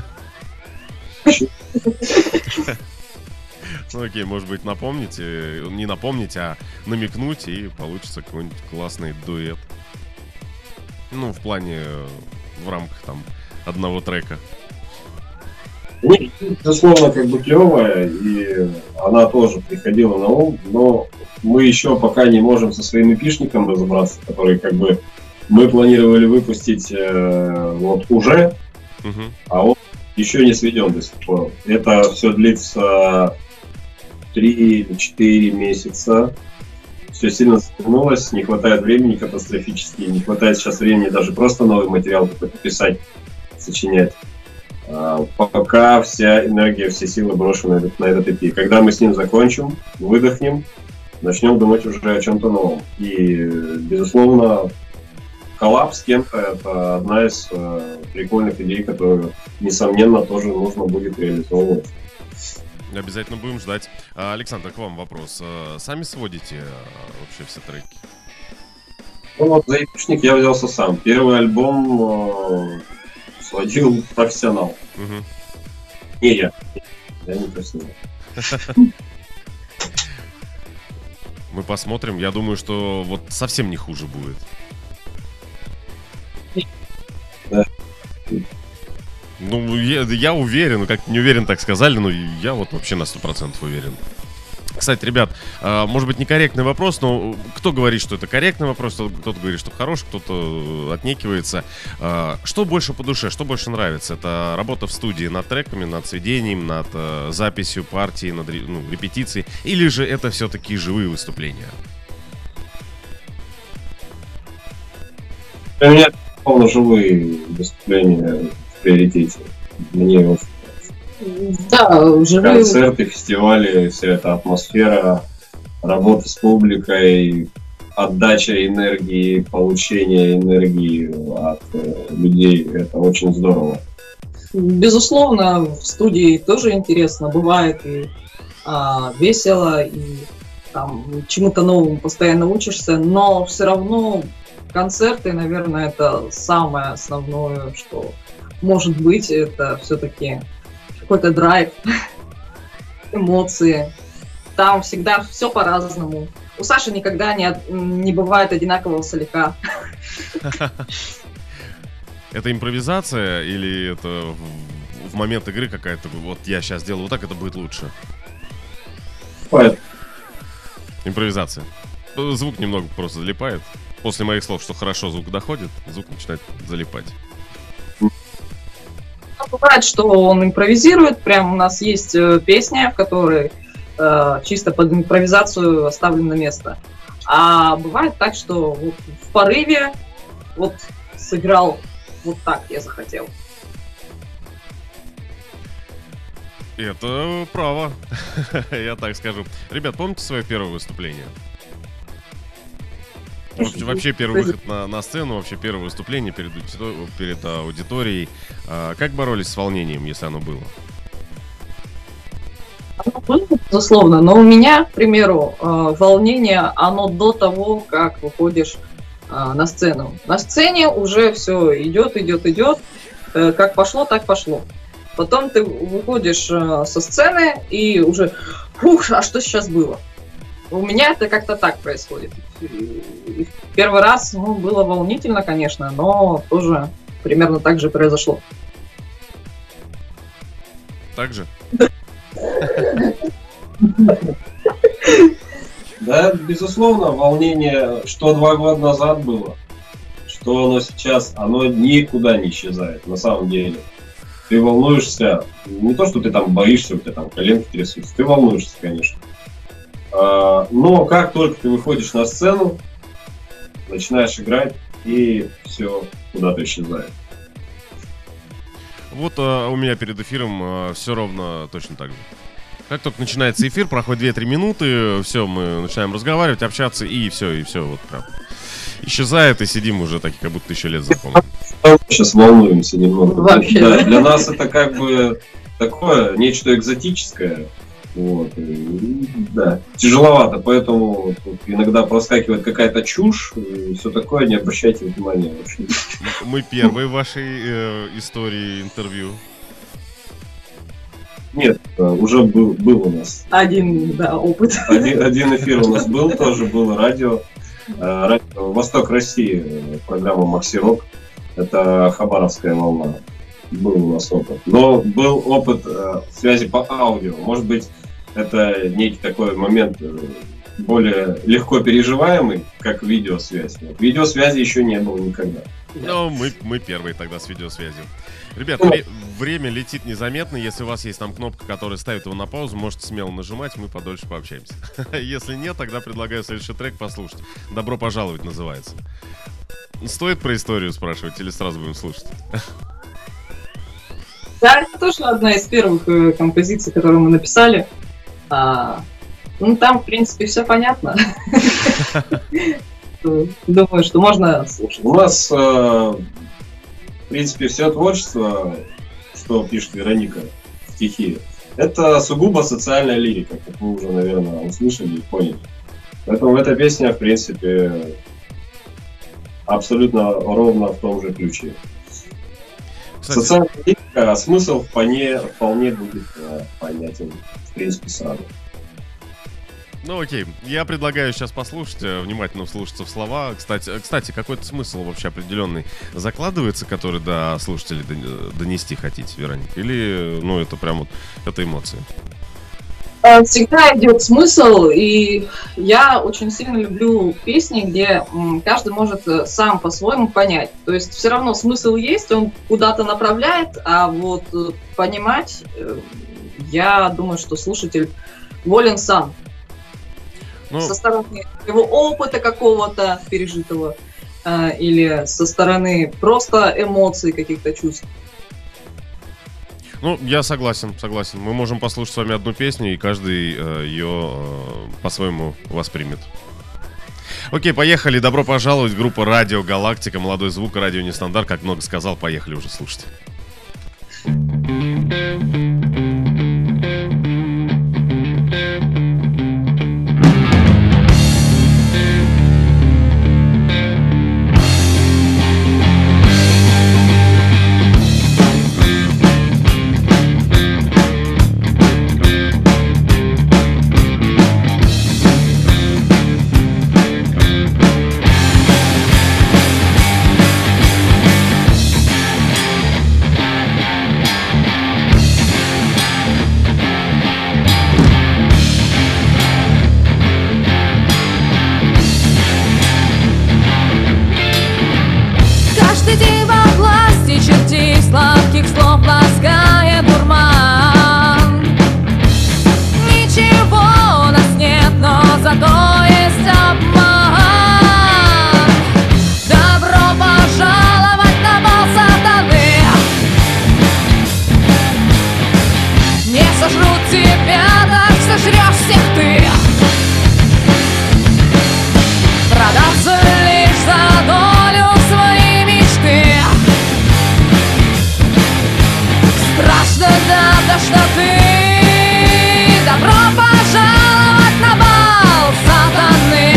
S3: Ну окей, может быть, напомните, не напомните, а намекнуть, и получится какой-нибудь классный дуэт. Ну, в плане, э, в рамках там одного трека.
S4: Нет, безусловно, как бы клевая, и она тоже приходила на ум, но мы еще пока не можем со своим эпишником разобраться, который как бы мы планировали выпустить э, вот уже,
S3: Мгм.
S4: а он еще не сведен до сих пор. Это все длится три или четыре месяца. Все сильно затянулось, не хватает времени катастрофически, не хватает сейчас времени даже просто новый материал какой-то писать, сочинять. А, пока вся энергия, все силы брошены на этот, на этот и пи. Когда мы с ним закончим, выдохнем, начнем думать уже о чем-то новом. И, безусловно, коллаб с кем-то — это одна из э, прикольных идей, которую, несомненно, тоже нужно будет реализовывать.
S3: Обязательно будем ждать. А, Александр, к вам вопрос. А, сами сводите а, вообще все треки?
S4: Ну вот за ИПшник я взялся сам. Первый альбом э, сводил профессионал.
S3: Угу.
S4: Не я. Я не профессионал.
S3: Мы посмотрим. Я думаю, что вот совсем не хуже будет.
S4: Да.
S3: Ну, я, я уверен, как не уверен, так сказали, но я вот вообще на сто процентов уверен. Кстати, ребят, а, может быть, некорректный вопрос, но кто говорит, что это корректный вопрос, кто-то говорит, что хороший, кто-то отнекивается. А, что больше по душе, что больше нравится? Это работа в студии над треками, над сведением, над а, записью партии, над ну, репетицией, или же это все-таки живые выступления?
S4: У меня полно живые выступления в приоритете. Мне вот
S5: Да, живые...
S4: концерты, фестивали, вся эта атмосфера, работа с публикой, отдача энергии, получение энергии от э, людей, это очень здорово.
S5: Безусловно, в студии тоже интересно, бывает и а, весело, и там чему-то новому постоянно учишься, но все равно концерты, наверное, это самое основное, что может быть, это все-таки какой-то драйв, эмоции. Там всегда все по-разному. У Саши никогда не, не бывает одинакового соляка.
S3: Это импровизация или это в, в момент игры какая-то, вот я сейчас сделаю вот так, это будет лучше?
S4: Бывает.
S3: Импровизация. Звук немного просто залипает. После моих слов, что хорошо звук доходит, звук начинает залипать.
S5: Бывает, что он импровизирует. Прям у нас есть э, песня, в которой э, чисто под импровизацию оставлено место. А бывает так, что вот в порыве вот сыграл вот так, я захотел.
S3: Это право, я так скажу. Ребят, помните свое первое выступление? Вообще, вообще первый выход на, на сцену, вообще первое выступление перед, перед аудиторией. А, как боролись с волнением, если оно было?
S5: Оно было, безусловно, но у меня, к примеру, волнение, оно до того, как выходишь на сцену. На сцене уже все идет, идет, идет. Как пошло, так пошло. Потом ты выходишь со сцены и уже, фух, а что сейчас было? У меня это как-то так происходит. И первый раз, ну, было волнительно, конечно, но тоже примерно так же произошло.
S3: Так же?
S4: Да, безусловно, волнение, что два года назад было, что оно сейчас, оно никуда не исчезает, на самом деле. Ты волнуешься, не то, что ты там боишься, у тебя там коленки трясутся, ты волнуешься, конечно. Но как только ты выходишь на сцену, начинаешь играть, и все куда-то исчезает.
S3: Вот а, у меня перед эфиром а, все ровно точно так же. Как только начинается эфир, проходит две-три минуты, все, мы начинаем разговаривать, общаться, и все, и все, вот прям исчезает, и сидим уже такие, как будто еще лет знакомы.
S4: Сейчас волнуемся немного.
S5: Вообще.
S4: Да, для нас это как бы такое, нечто экзотическое. Вот, и, да, тяжеловато, поэтому тут иногда проскакивает какая-то чушь, и все такое, не обращайте внимания вообще.
S3: Мы первые в вашей э, истории интервью.
S4: Нет, уже был, был у нас.
S5: Один, да, опыт.
S4: Один, один эфир у нас был, тоже было радио. радио «Восток России», программа «Макси Рок». Это Хабаровская волна. Был у нас опыт. Но был опыт э, связи по аудио. Может быть, это некий такой момент, э, более легко переживаемый, как видеосвязь. Вот. Видеосвязи еще не было никогда.
S3: Ну, мы, мы первые тогда с видеосвязью. Ребят, вре- время летит незаметно. Если у вас есть там кнопка, которая ставит его на паузу, можете смело нажимать, мы подольше пообщаемся. Если нет, тогда предлагаю следующий трек послушать. «Добро пожаловать» называется. Стоит про историю спрашивать или сразу будем слушать?
S5: Да, это тоже одна из первых э, композиций, которую мы написали. А, ну, там, в принципе, все понятно. Думаю, что можно слушать.
S4: У нас, э, в принципе, все творчество, что пишет Вероника в стихи, это сугубо социальная лирика, как вы уже, наверное, услышали и поняли. Поэтому эта песня, в принципе, абсолютно ровно в том же ключе.
S3: Кстати,
S4: Социальная лирика, а смысл вполне, вполне будет э, понятен, в принципе, сразу.
S3: ну окей, я предлагаю сейчас послушать, э, внимательно вслушаться в слова. Кстати, э, кстати, какой-то смысл вообще определенный закладывается, который до слушателей дон- донести хотите, Вероника? Или, ну, это прям вот, это эмоции?
S5: А, Всегда идет смысл, и я очень сильно люблю песни, где м, каждый может э, сам по-своему понять. То есть все равно смысл есть, он куда-то направляет, а вот э, понимать, э, я думаю, что слушатель волен сам.
S3: Ну,
S5: Со стороны его опыта какого-то пережитого, э, или со стороны просто эмоций, каких-то чувств.
S3: ну, я согласен, согласен. Мы можем послушать с вами одну песню, и каждый э, ее э, по-своему воспримет. Окей, поехали. Добро пожаловать. Группа «Радио Галактика». Молодой звук, радио Нестандарт. Как много сказал, поехали уже слушать.
S6: Каждый день во власти чертей, сладких слов лаская дурман. Ничего у нас нет, но зато есть обман. Добро пожаловать на бал сатаны. Не сожрут тебя, так сожрешь всех ты. Продаться лишь за долю своей мечты. Страшно, да, тошноты. Добро пожаловать на бал сатаны.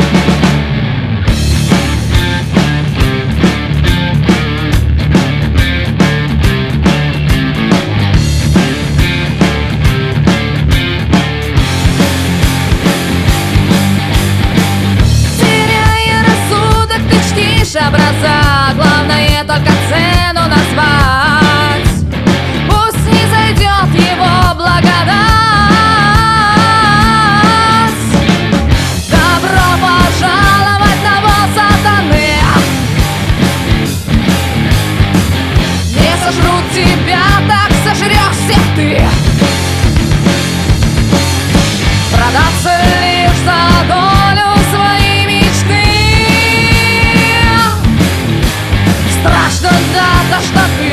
S6: Теряя рассудок, ты чтишь образа. Главное только цену назвать. Пусть не зайдет его благодать. Добро пожаловать на бал сатаны. Не сожрут тебя, так сожрешь всех ты. Продаться лишь за долю своей мечты. Страшно до тошноты.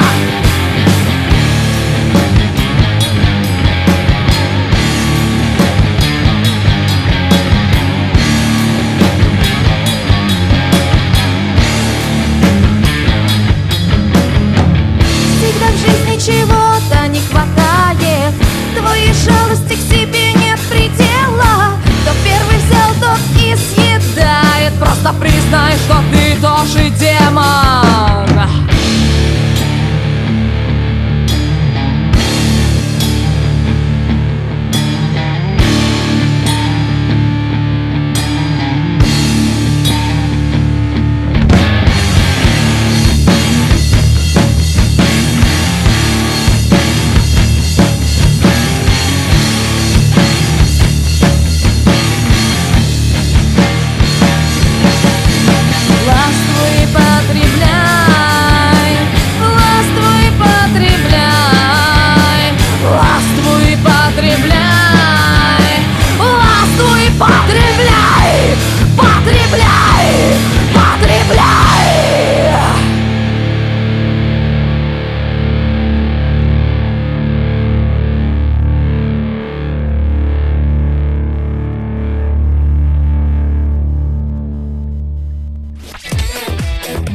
S6: Всегда в жизни чего-то не хватает. Твоей жалости к себе нет предела. Кто первый взял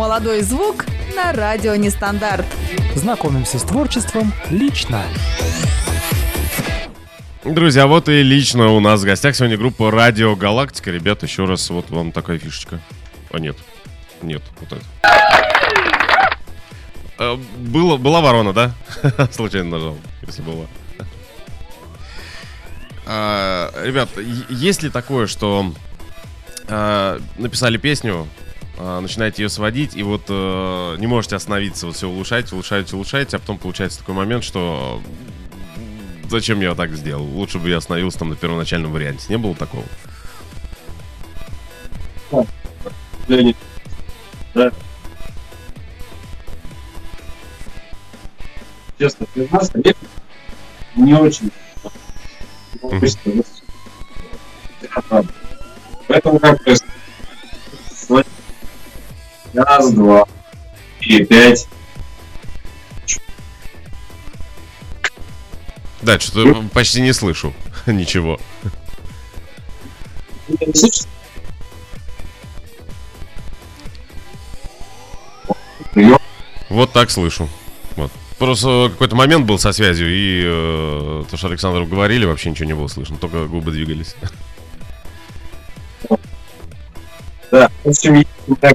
S1: Молодой звук на радио Нестандарт.
S2: Знакомимся с творчеством лично.
S3: Друзья, вот и лично у нас в гостях сегодня группа Радио Галактика. Ребят, еще раз, вот вам такая фишечка. А нет, нет, вот это. А, было, была ворона, да? Случайно нажал, если была. А, ребят, есть ли такое, что а, написали песню, а, начинаете ее сводить, и вот а, не можете остановиться, вот все улучшаете, улучшаете, улучшаете, а потом получается такой момент, что зачем я так сделал? Лучше бы я остановился там на первоначальном варианте. Не было такого?
S4: Да. Честно признаться, нет, не очень. Поэтому как происходит? Раз, два, три, пять.
S3: Да, что-то почти не слышу. Ничего. Вот так слышу. Вот. Просто какой-то момент был со связью, и э, то, что Александру говорили, вообще ничего не было слышно, только губы двигались.
S4: Да, в общем,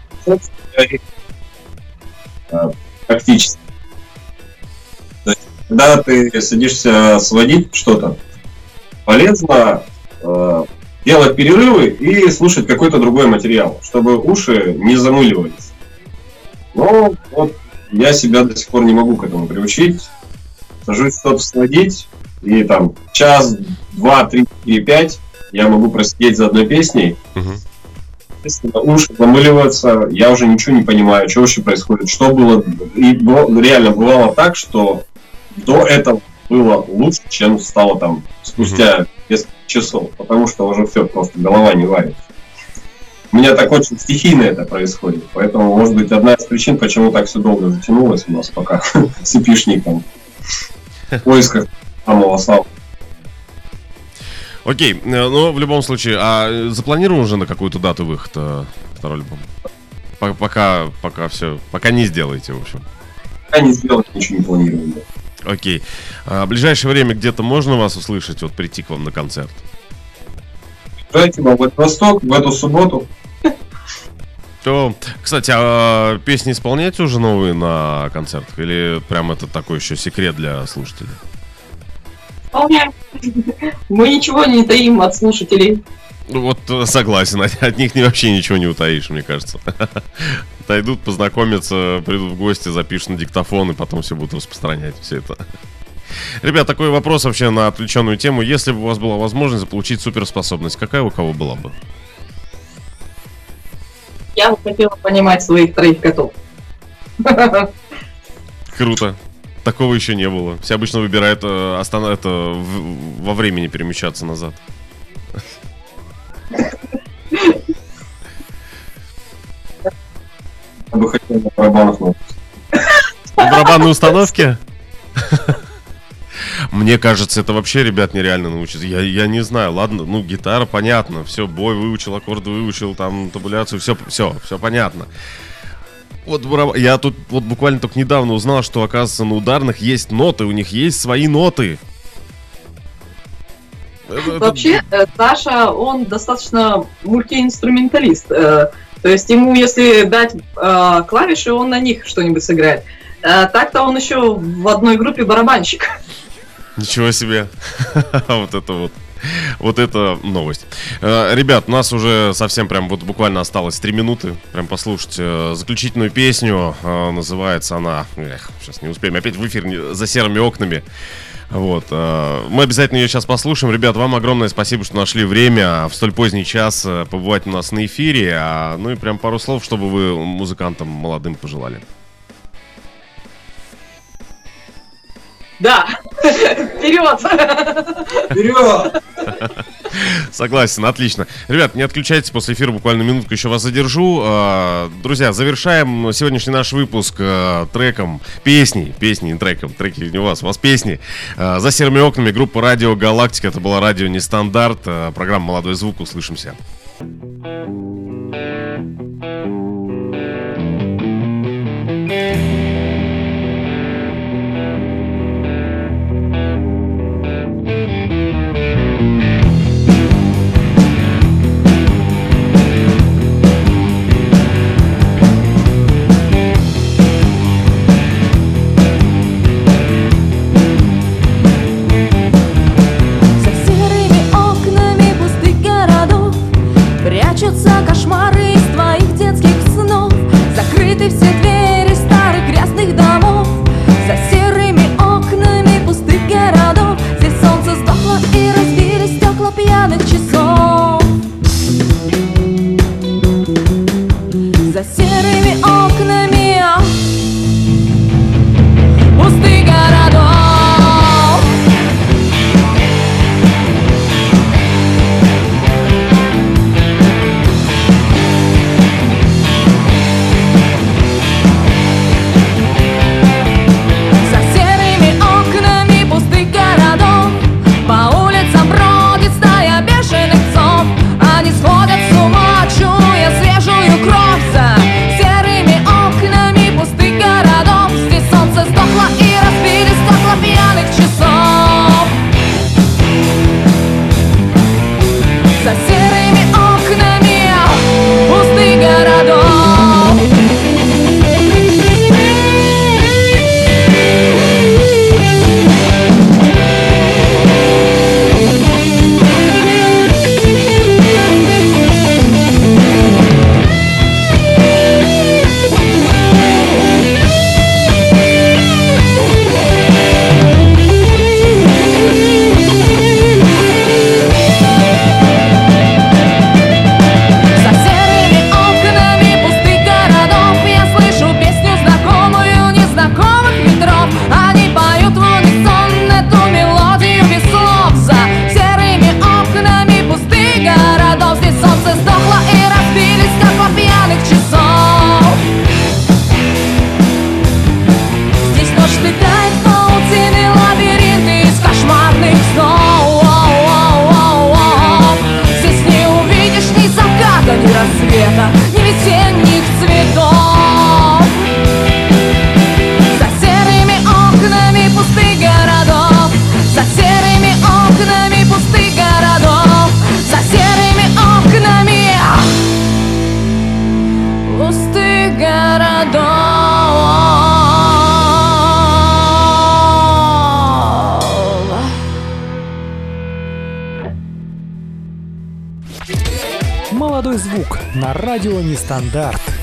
S4: практически. Когда ты садишься сводить что-то, полезно э, делать перерывы и слушать какой-то другой материал, чтобы уши не замыливались. Но вот я себя до сих пор не могу к этому приучить. Сажусь что-то сводить, и там час, два, три, четыре, пять я могу просидеть за одной песней.
S3: Угу.
S4: Естественно, уши замыливаются, я уже ничего не понимаю, что вообще происходит, что было. И реально бывало так, что до этого было лучше, чем стало там спустя mm-hmm. несколько часов, потому что уже все, просто голова не варит. У меня так очень стихийно это происходит, поэтому, может быть, одна из причин, почему так все долго затянулось у нас, пока цепишник там в поисках самого славы.
S3: Окей, ну, в любом случае, а запланирован уже на какую-то дату выхода второй альбом? Пока, пока все, пока не сделаете, в общем.
S4: Пока не сделать, ничего не планирую.
S3: Окей. А в ближайшее время где-то можно вас услышать, вот прийти к вам на концерт?
S4: Приезжайте во Владивосток в эту субботу.
S3: То, кстати, а песни исполняете уже новые на концертах? Или прям это такой еще секрет для слушателей?
S5: Исполняем. Мы ничего не таим от слушателей.
S3: Ну вот согласен, от них вообще ничего не утаишь, мне кажется. Дойдут, познакомятся, придут в гости, запишут на диктофон, и потом все будут распространять все это. Ребят, такой вопрос вообще на отвлеченную тему. Если бы у вас была возможность заполучить суперспособность, какая у кого была бы?
S5: Я бы хотела понимать своих троих котов.
S3: Круто. Такого еще не было. Все обычно выбирают э, остан- это, в- во времени перемещаться назад.
S4: Я бы хотел на барабанах научиться.
S3: На барабанной установке? Мне кажется, это вообще, ребят, нереально научиться. Я, я не знаю, ладно, ну, гитара, понятно. Все, бой выучил, аккорды выучил, там, табуляцию, все, все, все понятно. Вот я тут вот буквально только недавно узнал, что, оказывается, на ударных есть ноты, у них есть свои ноты.
S5: Вообще, Саша, он достаточно мультиинструменталист. То есть ему, если дать клавиши, он на них что-нибудь сыграет. Так-то он еще в одной группе барабанщик.
S3: Ничего себе. Вот это вот. Вот это новость. Ребят, у нас уже совсем прям вот буквально осталось три минуты. Прям послушать заключительную песню. Называется она... Эх, сейчас не успеем. Опять в эфир «За серыми окнами». Вот. Мы обязательно ее сейчас послушаем. Ребят, вам огромное спасибо, что нашли время в столь поздний час побывать у нас на эфире. Ну и прям пару слов, чтобы вы музыкантам молодым пожелали.
S5: Да, вперед!
S4: Вперед!
S3: Согласен, отлично. Ребят, не отключайтесь, после эфира буквально минутку еще вас задержу. Друзья, завершаем сегодняшний наш выпуск треком, песней, песней, не треком, треки не у вас, у вас песни. «За серыми окнами», группа Радио Галактика, это была радио Нестандарт, программа «Молодой звук», услышимся.
S6: Прячутся кошмары из твоих детских снов. Закрыты все двери старых грязных домов. За серыми окнами пустых городов. Здесь солнце сдохло и разбили стекла пьяных часов. За серыми окнами пустых городов. Ни весенних цветов. За серыми окнами пустых городов. За серыми окнами пустых городов. За серыми окнами пустых городов.
S2: Молодой звук на радио Нестандарт.